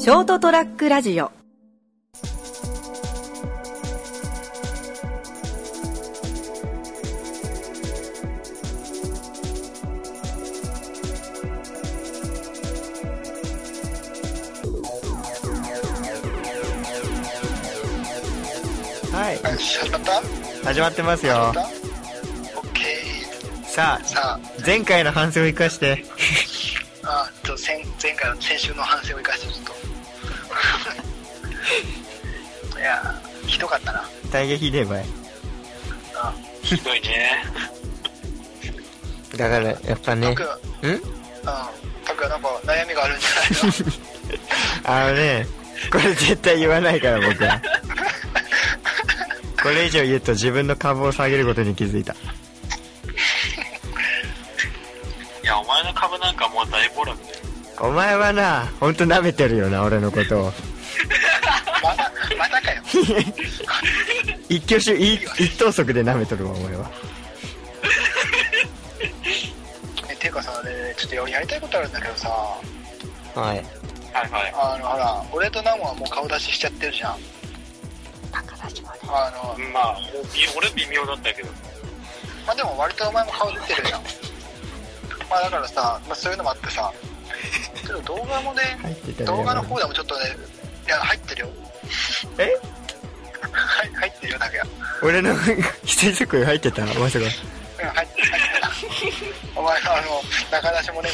ショートトラックラジオ。 はい、始まってますよ。 オッケー。 さあ前回の反省を生かして前回の先週の反省を生かしてちょっといやひどかったな。 大変ひでえばい。 ひどいね。 だからやっぱね、 タクなんか悩みがあるんじゃないの？ ね、これ絶対言わないから僕は。これ以上言うと自分の株を下げることに気づいた。いや、お前の株なんかもう大暴落だよ。 お前はな、ほんと舐めてるよな、俺のことを。 またかよ。 一等足で舐めとるわ、お前は。 ていうかさ、ちょっとやりたいことあるんだけどさ。 はい。 ほら、俺とナモはもう顔出ししちゃってるじゃん。 まあ、俺微妙だったけど。 まあでも割とお前も顔出てるじゃん。まあだからさ、そういうのもあってさ、ちょっと動画もね、動画の方でもちょっとね、いや、入ってるよ。入ってるよ、だけは。 俺の一人声入ってた？まさか。 入ってた。お前の中出しもね、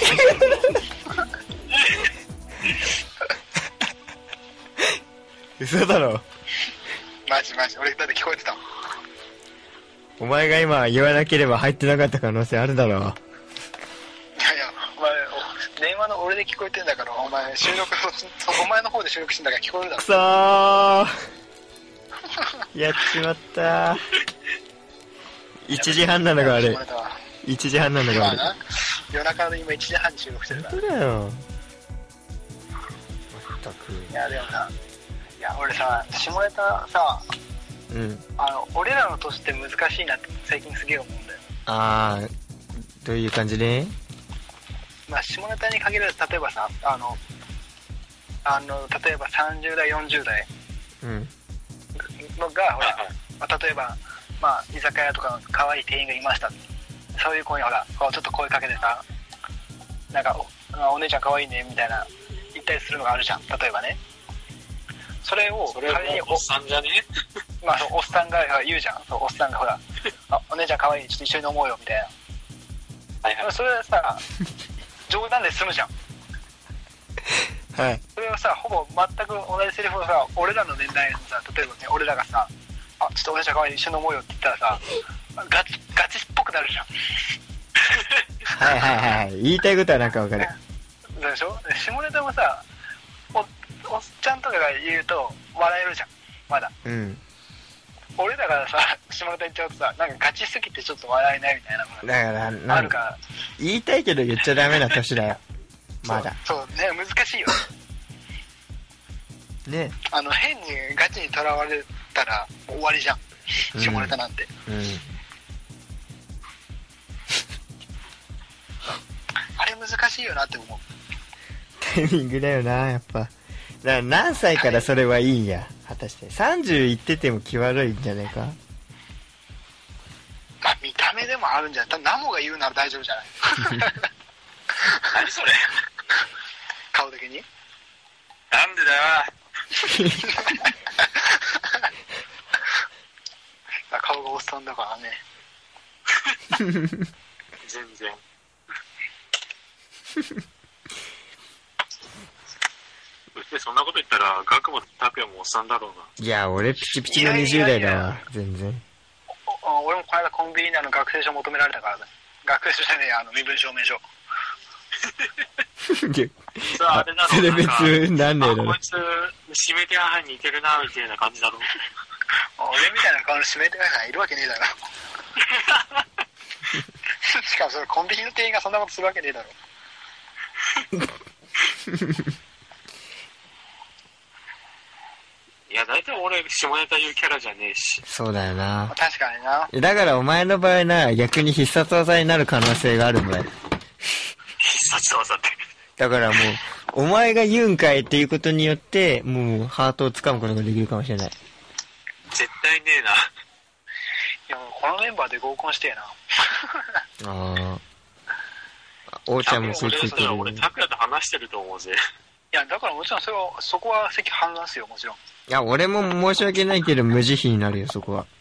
嘘だろ。 マジ、俺だって聞こえてたもん。 お前が今言わなければ入ってなかった可能性あるだろう。 いやいや、お前、電話の俺で聞こえてんだから、お前収録、お前の方で収録してんだから聞こえるだろ。 くそー。やっちまったー。1時半なのが悪い。1時半なのが悪い。 夜中の今1時半に収録してるから。 本当だよ。まったく。 いや、でもな、いや、俺さ、下ネタさ、俺らの年って難しいなって最近すげえ思うんだよ。 どういう感じで？ まあ、下ネタに限らず、例えばさ、例えば30代、40代のが、ほら、例えば、まあ、居酒屋とかの可愛い店員がいました。そういう子にほら、ちょっと声かけてさ、なんか、お姉ちゃん可愛いね、みたいな、言ったりするのがあるじゃん、例えばね。それを仮におっさんじゃね？ まあ、おっさんが言うじゃん。そう、おっさんがほら、お姉ちゃん可愛い、ちょっと一緒に飲もうよ、みたいな。それはさ、冗談で済むじゃん。 はい。 それはさ、ほぼ全く同じセリフをさ、俺らの年代のさ、例えばね、俺らがさ、ちょっとお姉ちゃん可愛い、一緒に飲もうよって言ったらさ、ガチっぽくなるじゃん。 はい。言いたいことはなんかわかる。 でしょ？下ネタもさ、おっちゃんとかが言うと笑えるじゃん、まだ。俺らがさ、下ネタ言っちゃうとさ、なんかガチすぎてちょっと笑えないみたいなものがあるから。 言いたいけど言っちゃダメな年だよ。まだ。 そうね、難しいよ。 ね。 変にガチにとらわれたら終わりじゃん、下ネタなんて。あれ難しいよなって思う。 タイミングだよな、やっぱ。だから何歳からそれはいいんや、果たして。30いってても気悪いんじゃねえか。 まあ見た目でもあるんじゃない？ナモが言うなら大丈夫じゃない？ 何それ？ 顔的に？ なんでだよ。 顔がおっさんだからね。 全然。そんなこと言ったらガクもタクヤもおっさんだろうな。 いや、俺ピチピチの20代だわ。全然。 俺もこの間コンビニで学生証求められたからね。学生証じゃねえ、身分証明書。 さあ、あれなの？ それ別なんねえだろ。 こいつ指名手配に似てるなみたいな感じだろ。 俺みたいな顔の指名手配犯いるわけねえだろ。しかもそれコンビニの店員がそんなことするわけねえだろ。 いや、大体俺下ネタ言うキャラじゃねえし。 そうだよな。 確かにな。 だからお前の場合な、逆に必殺技になる可能性があるんだよ。 必殺技って。 だからもう、 お前が言うんかいっていうことによって、もうハートを掴むことができるかもしれない。 絶対ねえな。 いや、もうこのメンバーで合コンしてえな。 ああ。おーちゃんもそうついてる。 俺、拓也と話してると思うぜ。 いや、だからもちろんそこは席判断すよ、もちろん。 いや、俺も申し訳ないけど、無慈悲になるよ、そこは。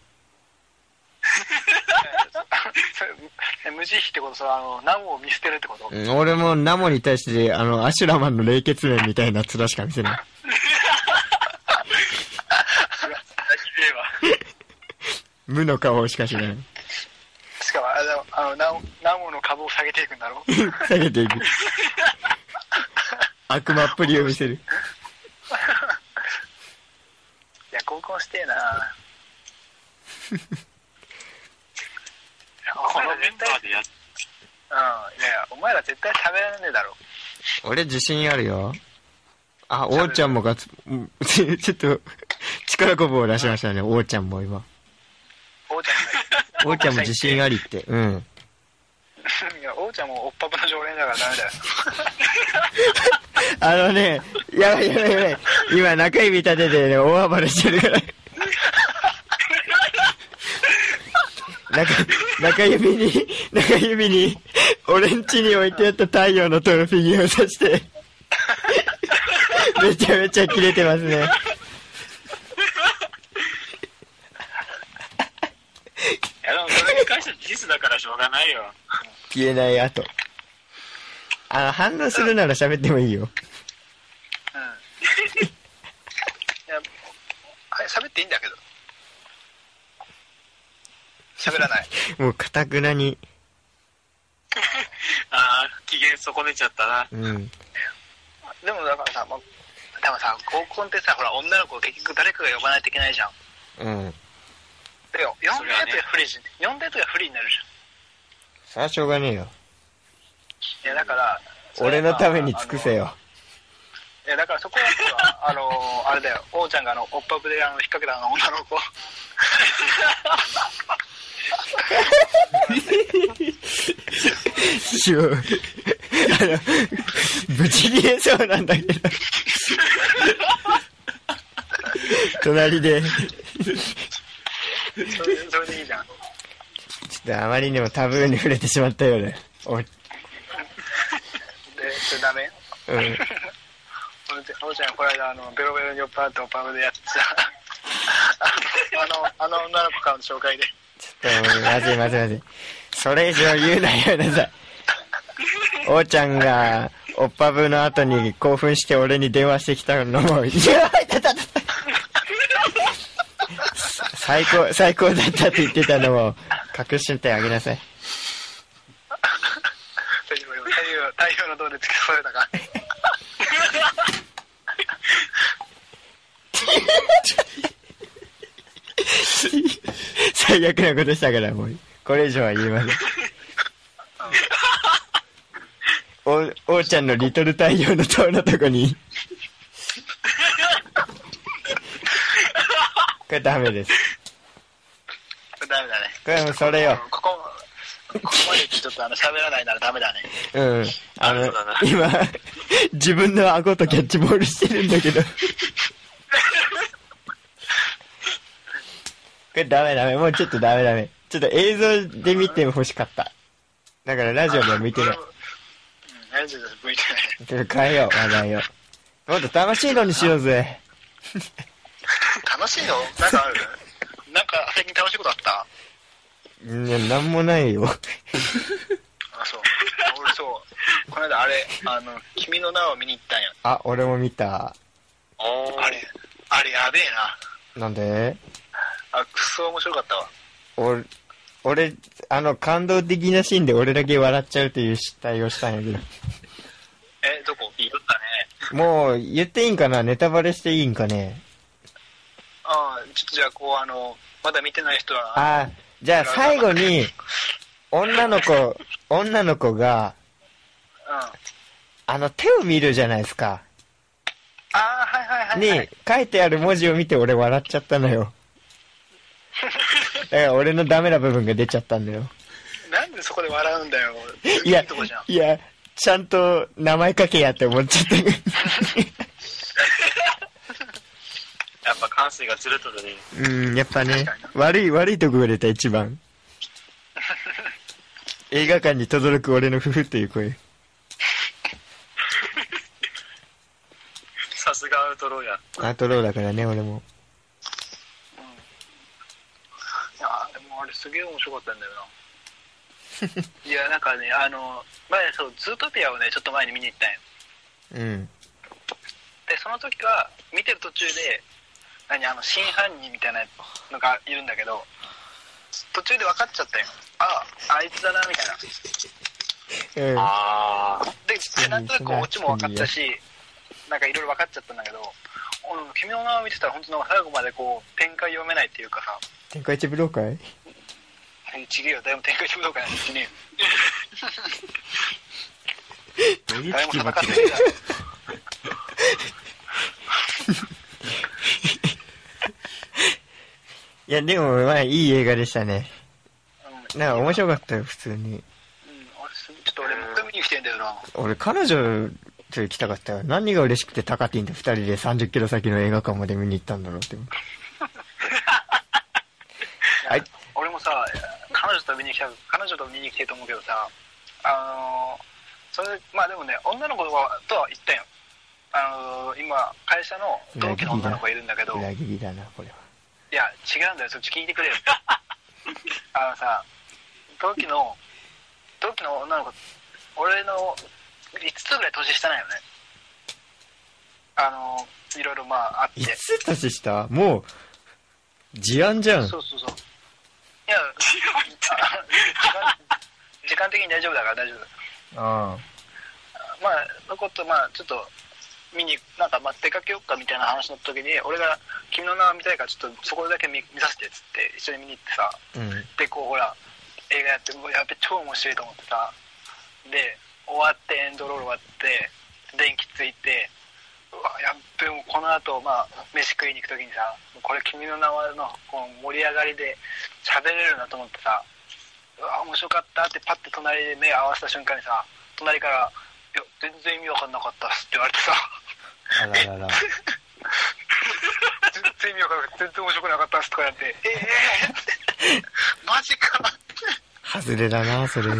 無慈悲ってことさ、ナモを見捨てるってこと？ 俺もナモに対して、アシュラマンの冷血面みたいな面しか見せない。無の顔しかしない。 しかも、ナモの株を下げていくんだろ？ 下げていく。悪魔っぷりを見せる。いや、合コンしてえな。 このメンバーでやっいやいや、お前ら絶対喋らねえだろ。 俺自信あるよ。あ、おーちゃんもちょっと、力こぶを出しましたね、おーちゃんも今。 おーちゃんおーちゃんも自信ありって、うん。 いや、おーちゃんもおっぱぶの常連だからダメだよ。 やばい。今中指立ててね、大暴れしてるから。中指に、俺ん家に置いてあった太陽の塔のフィギュアを刺して、めちゃめちゃキレてますね。 いや、でもそれに関しては事実だからしょうがないよ。 消えない後。反応するなら喋ってもいいよ。 いや、喋っていいんだけど。喋らない。 もう、かたくなに。 機嫌損ねちゃったな。 うん。 でもだからさ、多分さ、合コンってさ、ほら、女の子結局誰かが呼ばないといけないじゃん。 うん。 でよ、呼んだやつが不利になるじゃん。 それはしょうがねえよ。 いや、だから、 俺のために尽くせよ。 いや、だからそこは、あれだよ、おーちゃんがおっぱぶで引っ掛けた女の子。 ぶち切れそうなんだけど。隣で。 それでいいじゃん。 ちょっとあまりにもタブーに触れてしまったよね。 それダメ？ うん。 おーちゃんこの間ベロベロに酔っ払っておっぱぶでやってさ、女の子からの紹介で。 ちょっとまずい。それ以上言うなよなさい。おーちゃんがおっぱぶの後に興奮して俺に電話してきたのも、いや最高だったって言ってたのも隠してあげなさい。 太陽の塔で付け添えたか。 最悪なことしたからもうこれ以上は言いません。おーちゃんのリトル太陽の塔のとこにこれダメです。 ダメだね。 これもそれよ。 ここまでちょっと喋らないならダメだね。 うん。今自分の顎とキャッチボールしてるんだけど。これダメ。もうちょっとダメ。ちょっと映像で見て欲しかった。だからラジオでは見てない。 ラジオでは見てない。 ちょっと変えよう、話題を。もっと楽しいのにしようぜ。 楽しいの？なんかある？なんか最近楽しいことあった？ いや、なんもないよ。 あ、そう。俺そう。この間あれ、君の名を見に行ったんや。 あ、俺も見た。 あれやべえな。なんで？ クソ面白かったわ。 俺、感動的なシーンで俺だけ笑っちゃうという失態をしたんやけど。 どこ？言ったね。 もう、言っていいんかな？ネタバレしていいんかね？ ちょっとじゃあまだ見てない人は。 じゃあ最後に、女の子が、手を見るじゃないですか。 はい。 に、書いてある文字を見て俺笑っちゃったのよ。だから俺のダメな部分が出ちゃったんだよ。 なんでそこで笑うんだよ。 いや、 ちゃんと名前書けやって思っちゃった。 やっぱ関西がずれとるね。 うん、やっぱね、悪いとこが出た一番。映画館に轟く俺の夫婦っていう声。 さすがアウトローや。 アウトローだからね、俺も。 いやでもあれすげえ面白かったんだよな。いやなんかね前そうズートピアをねちょっと前に見に行ったんよ。 うん。 でその時は見てる途中で真犯人みたいなのがいるんだけど、途中で分かっちゃったよ。あいつだなみたいな。 うん。 でなんとなくオチも分かったし、なんかいろいろ分かっちゃったんだけど、君の名を見てたら本当なんか最後までこう展開読めないっていうかさ。 天下一武道会？ ちげえよ、誰も展開一武道会なんてしねえよ。 どういう誰も戦ってねえだいや、でも、まあ、いい映画でしたね。なんか面白かったよ、普通に。 ちょっと俺もう一回見に来てんだよな。 俺、彼女と行きたかったよ。何が嬉しくてタカティンと二人で30キロ先の映画館まで見に行ったんだろうって。はい。 俺もさ、彼女と見に来てると思うけどさ、それまあでもね、女の子とは言ったよ。今会社の同期の女の子がいるんだけど、 裏切りだなこれは。 いや違うんだよ、そっち聞いてくれよ。さ、同期の女の子、俺の5つぐらい年下なんよね。いろいろまああって。 5つ年下？もう事案じゃん。 そう。いや時間的に大丈夫だから大丈夫。 ああ。 まあのことまあちょっと見になんかまあ出かけようかみたいな話の時に、俺が君の名は見たいからちょっとそこだけ 見させてっつって一緒に見に行ってさ、でこうほら映画やって、やっべ超面白いと思ってさ、で終わってエンドロール終わって電気ついて、うわやっべもうこの後まあ飯食いに行く時にさ、これ君の名はのこの盛り上がりで喋れるなと思ってさ、うわ面白かったってパッて隣で目合わせた瞬間にさ、隣からいや全然意味わかんなかったっすって言われてさ、 あららら。 全然意味わかんなかった、全然面白くなかったっすとかやって、マジか外れだなそれ。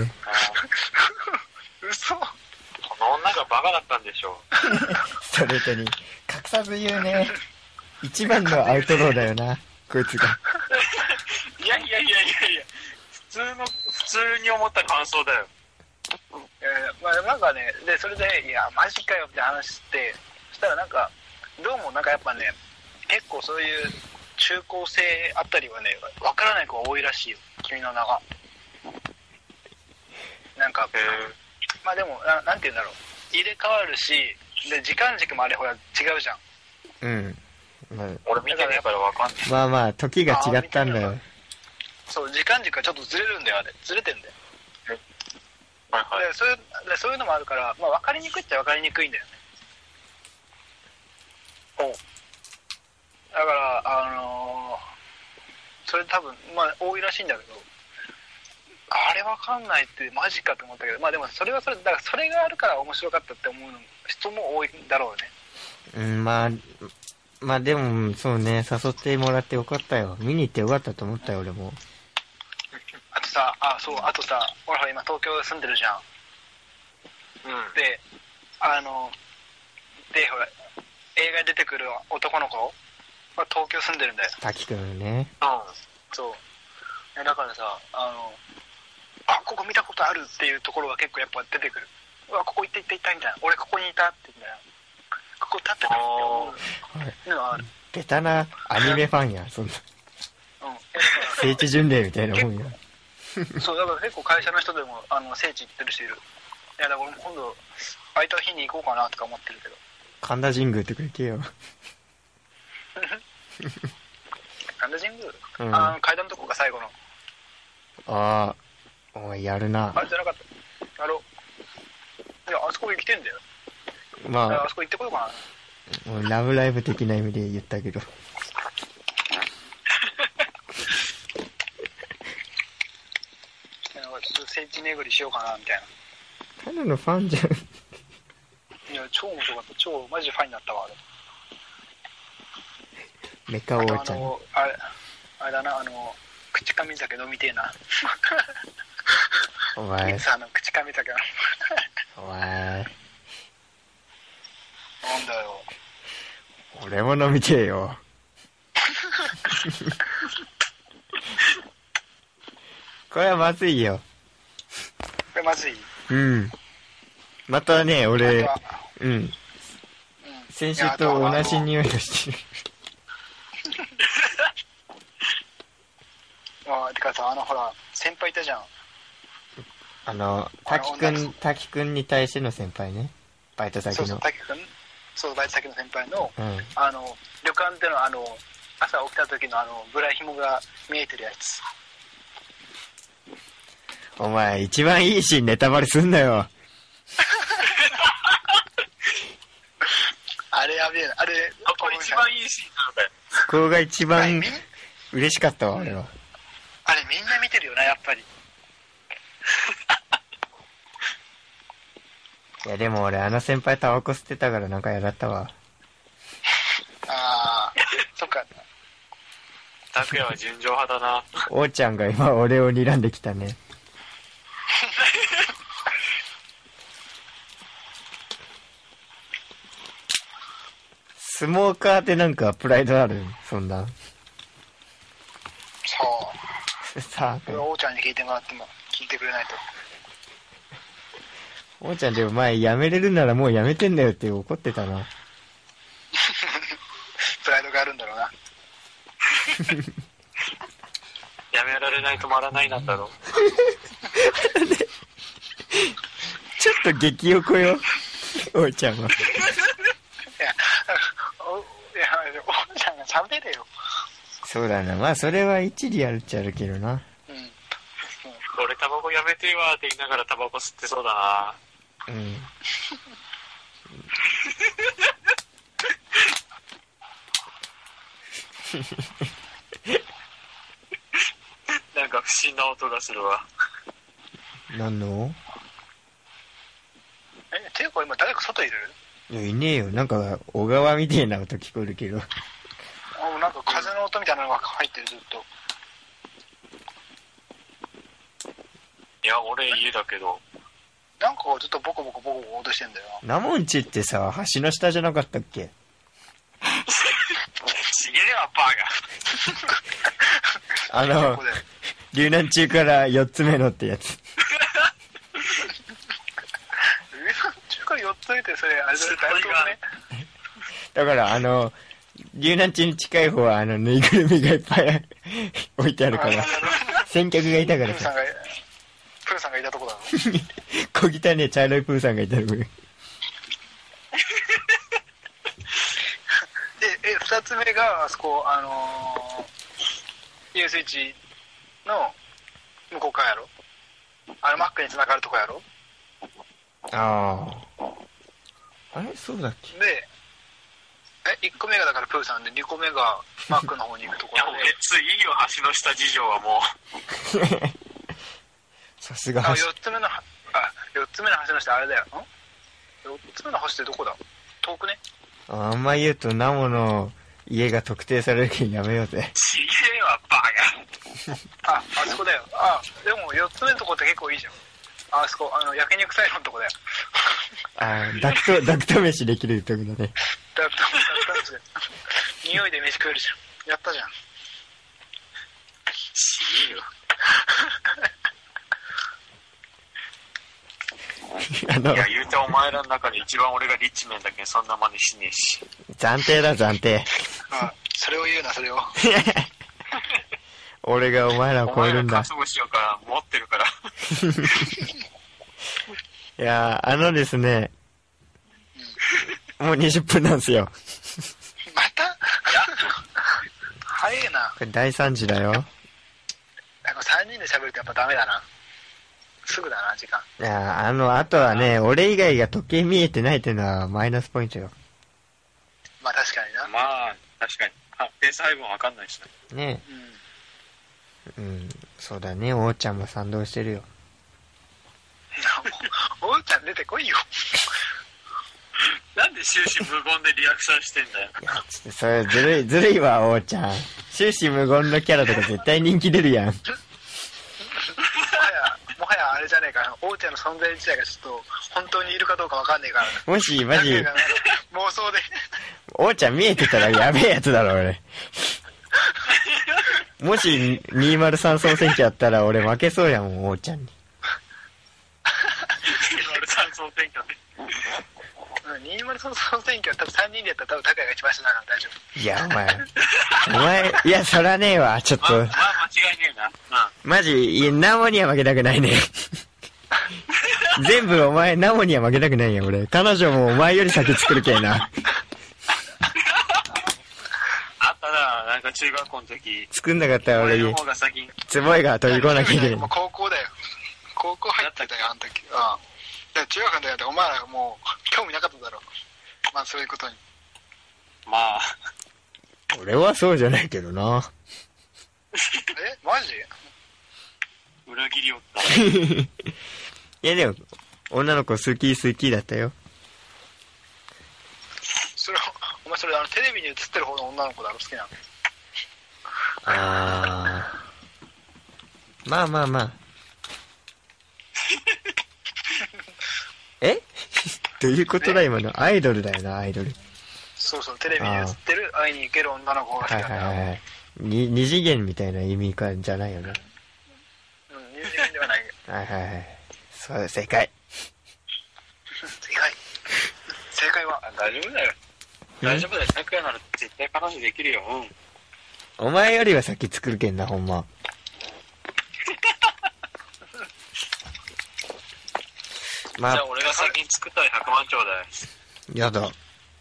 嘘。 この女がバカだったんでしょう。 ストレートに隠さず言うね。一番のアウトローだよなこいつが。 いや普通に思った感想だよ。 まあなんかね、でそれでいやマジかよって話して、そしたらなんかどうもなんかやっぱね、結構そういう中高生あたりはねわからない子が多いらしいよ、君の名が。なんかまあでもなんて言うんだろう、入れ替わるし、で時間軸もあれほら違うじゃん。 うん。まあ、 俺見てないからわかんない。 まあまあ時が違ったんだよ。 そう時間軸がちょっとずれるんだよ、あれずれてんだよ。 はいはい。 そういうのもあるから、まあ分かりにくいっちゃ分かりにくいんだよね。だからそれ多分まあ多いらしいんだけど、あれ分かんないってマジかと思ったけど、まあでもそれはそれだから、それがあるから面白かったって思うの人も多いんだろうね。 まあでもそうね、誘ってもらってよかったよ。見に行ってよかったと思ったよ俺も。 あとさ、俺は今東京で住んでるじゃん。でほら映画に出てくる男の子は東京住んでるんだよ。 滝くんね。 そうだからさ、ここ見たことあるっていうところが結構やっぱ出てくる。うわここ行ったみたいな、俺ここにいたって言うんだよ。ここ立ってたって思うのがある。 ベタなアニメファンやそんな。聖地巡礼みたいなもんや。 そうだから結構会社の人でも聖地行ってる人いる。いやだから俺も今度空いた日に行こうかなとか思ってるけど。 神田神宮ってくれてよ。 神田神宮、階段のとこが最後の。 ああ、お前やるな。 あれじゃなかった。いやあそこ行きてんだよ。 まああそこ行ってこようかな。俺ラブライブ的な意味で言ったけど。 ちょっと聖地巡りしようかなみたいな。 ただのファンじゃん。 いや、超面白かった。超、マジでファンになったわ、あれ。 メカ王ちゃん。 あれだな、口噛み酒飲みてえな。 お前。 いつ口噛み酒お前。 なんだよ。 俺も飲みてえよ。これはまずいよ。 これまずい。 うん。またね、俺、うん。先週と同じ匂いがしてる。 てかさ、ほら、先輩いたじゃん。 滝くんに対しての先輩ね。バイト先の。 そう、滝くん。そう、バイト先の先輩の、 うん、 旅館での朝起きた時のブラ紐が見えてるやつ。 お前、一番いいシーンネタバレすんなよ。 あれやべえな、あれ、 ここ一番いいシーンなのかよ。 そこが一番嬉しかったわ、あれは。 あれみんな見てるよな、やっぱり。 いや、でも俺、先輩タバコ吸ってたからなんか嫌だったわ。 あー、そっか。 拓也は純情派だな。 王ちゃんが今俺を睨んできたね。スモーカーってなんかプライドある？そんな。さあ。 これは王ちゃんに聞いてもらっても、聞いてくれないと。 王ちゃんでも前辞めれるならもう辞めてんだよって怒ってたな。 プライドがあるんだろうな。 やめられない止まらないなんだろう。 ちょっと激横よ、王ちゃんは。 王ちゃんが喋れよ。 そうだな、まあそれは一理あるっちゃあるけどな。 うん。 俺タバコやめてわって言いながらタバコ吸ってそうだな。 うん。 なんか不審な音がするわ。 何の？ ていうか今誰か外いる？ いや、いねえよ。なんか小川みたいな音聞こえるけど。 なんか風の音みたいなのが入ってる、ずっと。 いや、俺家だけど。 なんかずっとボコボコボコボコ音してんだよな。ナモンチってさ、橋の下じゃなかったっけ？ ちげえわ、バカ。 竜南中から4つ目のってやつ。 竜南中から4つ目ってそれ、あれだね。 だから竜南中に近い方はぬいぐるみがいっぱい置いてあるから、先客がいたからさ。 プーさんがいたとこだろ。 小汚ね茶色いプーさんがいたとこ。で、 2つ目があそこ遊水地の向こう側やろ。マックに繋がるとこやろ。 あれそうだっけ。 で1個目がだからプーさんで、2個目がマックの方に行くところで。 いや、別にいいよ、橋の下事情はもう。 さすが 4つ目の橋の下あれだよ。4つ目の橋ってどこだ？遠くね？ あんま言うとナモの家が特定されるけんやめようぜ。 ちげえわ、バカ。 あそこだよ。でも4つ目のとこって結構いいじゃん。あそこ、焼肉サイロンのとこだよ。 ダクト飯できるとこだね。 ダクト飯で。匂いで飯食えるじゃん。やったじゃん。 ちげえよ。いや、言うてお前らの中で一番俺がリッチメンだけんそんな真似しねえし。 暫定だ、暫定。 それを言うな、それを。 俺がお前らを超えるんだ。 お前らかつぶしようから持ってるから。 いやですね、もう20分なんすよ。 また早えな。 これ大惨事だよ。 なんか3人で喋るとやっぱダメだな。すぐだな、時間。 いやあとはね、俺以外が時計見えてないっていうのはマイナスポイントよ。 まあ確かにな。 まあ、確かに。ペース配分わかんないしね。ねえ。うん。そうだね、王ちゃんも賛同してるよ。 おうちゃん出てこいよ。 なんで終始無言でリアクションしてんだよ。 いや、ちょっとそれずるいわ、おうちゃん。終始無言のキャラとか絶対人気出るやん。 もはやあれじゃねえかな。おうちゃんの存在自体がちょっと本当にいるかどうかわかんねえから。 もし、マジ、 妄想で。 おうちゃん見えてたらやべえやつだろ、俺。もし、203総選挙やったら俺負けそうやもん、おうちゃんに。 203総選挙で。 203総選挙は多分3人でやったら多分高谷が一番下だから大丈夫。 いや、お前、いや、そらねえわ、ちょっと。 まあ間違いねえな。 マジ、いや、ナモには負けたくないね。全部お前、ナモには負けたくないよ、俺。彼女もお前より先作るけえな。 あったな、なんか中学校の時。 作んなかったら俺にの、方が先に。 つぼいが飛び込なきゃいけない。 もう高校だよ。高校入ってたよ、あの時。うん。だから中学の時だってお前らもう興味なかっただろ。まあそういうことに。 まあ。 俺はそうじゃないけどな。 マジ？ 裏切りおった。 いやでも、女の子好きだったよ。 お前それテレビに映ってる方の女の子だろ、好きなの。 まあまあまあ。えどういうことだ今の。アイドルだよな、アイドル。 そうそう、テレビに映ってる会いに行ける女の子が好きはいなんだよ。 はいはい。二次元みたいな意味かじゃないよな。 うん、二次元ではない。 はいはいはい。そう、正解。 正解は大丈夫だよ。大丈夫だよ。拓也なら絶対彼女できるよ。うん。 お前よりは先作るけんな、ほんま。まじゃあ俺が先に作ったら100万ちょうだい。 やだ。 なんで？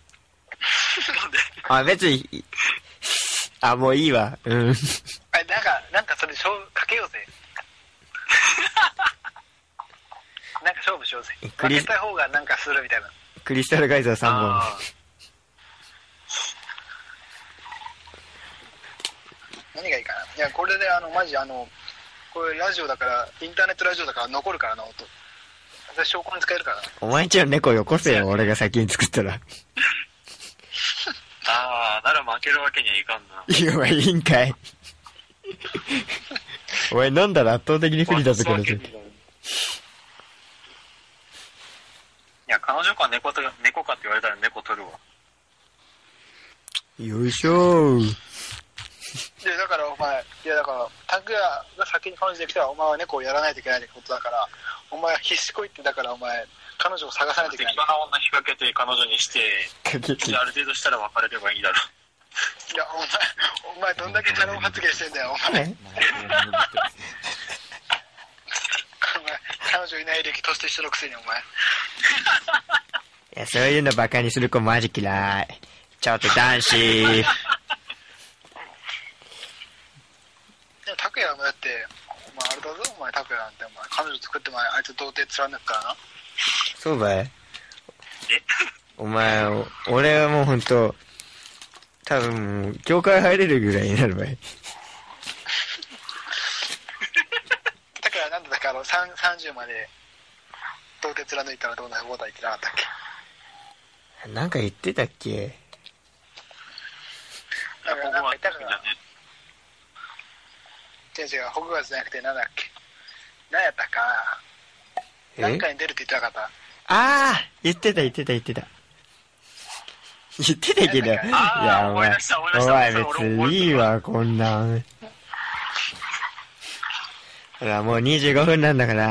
あ、別に、もういいわ。うん。 なんかそれかけようぜ。なんか勝負しようぜ。負けた方がなんかするみたいな。 クリスタルガイザー3本。 何がいいかな。いや、これでマジこれラジオだから、インターネットラジオだから残るからな、音。私証拠に使えるからな。 お前んちの猫よこせよ、俺が先に作ったら。 なら負けるわけにはいかんな。 いや、お前いいんかい。お前飲んだら圧倒的に不利だぞ、これ。 いや、彼女か猫かって言われたら猫取るわ。 よいしょー。 で、だからお前、拓也が先に彼女できたらお前は猫をやらないといけないってことだから、お前は必死こいって、だからお前、彼女を探さないといけない。 適当な女引っ掛けて彼女にして、ある程度したら別れればいいだろ。 いや、お前どんだけチャラ男発言してんだよ、お前。彼女いない歴として一緒のくせにお前。 いや、そういうのバカにする子マジ嫌い。ちょっと男子。 でも拓也はだって、お前あれだぞ、お前拓也なんて、お前彼女作ってもあいつ童貞貫くからな。 そうばい。お前、俺はもうほんと、多分、教会入れるぐらいになるばい。 拓也はなんでだから30まで童貞貫いたらどうなることは言ってなかったっけ？ なんか言ってたっけ？ なんか言ったから。違う、ホグワーツじゃなくてなんだっけ？何やったかな？何回に出るって言ってなかった？ 言ってた。言ってたけど。いや、お前別にいいわ、こんなん。ほら、もう25分なんだから。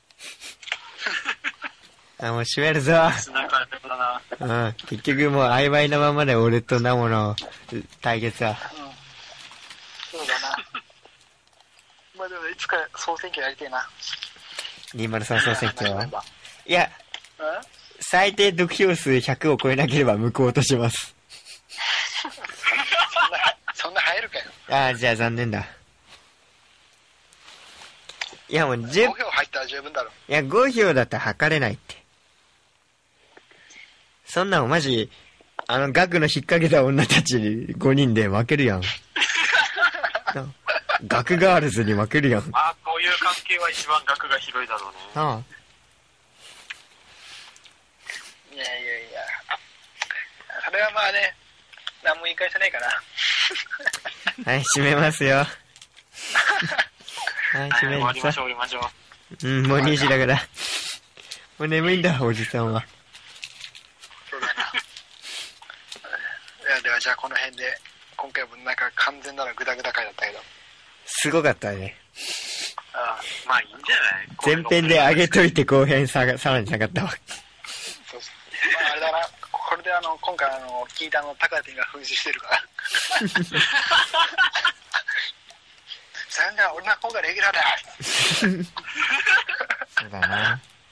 もう閉めるぞ。結局もう曖昧なままで俺とナモの対決は。 そうだな。まあでもいつか総選挙やりてえな。 203総選挙は。いや、最低得票数100を超えなければ無効とします。 そんな入るかよ。 じゃあ残念だ。いやもう 5票入ったら十分だろ。 いや5票だったら測れないって。そんなのマジ、額の引っ掛けた女たち5人で負けるやん。額ガールズに負けるやん。 こういう関係は一番額が広いだろうね。 れはまあね、何も言い返せないから。 はい、閉めますよ。はい、 はい、 閉め終わりまるさ。 しょう、終わりましょう。 うん、もう2時だから。もう眠いんだ、おじさんは。 そうだな。いや、ではじゃあこの辺で、今回もなんか完全なるグダグダ回だったけど。 すごかったね。 ああ、 まあいいんじゃない？ 前編で上げといて後編さらに下がったわ。 そうそう。まああれだな、これで今回聞いた高谷が噴死してるから。それじゃあ俺の方がレギュラーだ。 そうだな。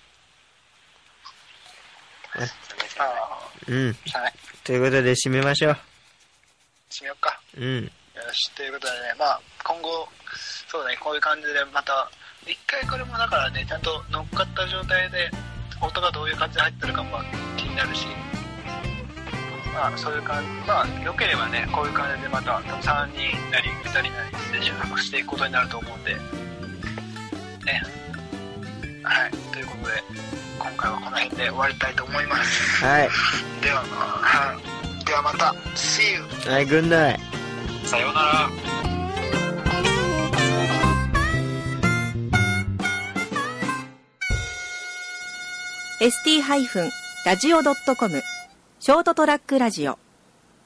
ああ、 うん。 はい。 ということで締めましょう。 締めようか。 うん。 よし、ということでね、まあ今後、そうだね、こういう感じでまた、一回これもだからね、ちゃんと乗っかった状態で、音がどういう感じで入ってるかも気になるし、まあそういう感じ、まあ良ければね、こういう感じでまた3人なり2人なりで収録していくことになると思うんで、ね。はい、ということで、今回はこの辺で終わりたいと思います。 はい。 では、はい。ではまた、See you! はい、グッナイ。 さようなら。 ST-radio.com ショートトラックラジオ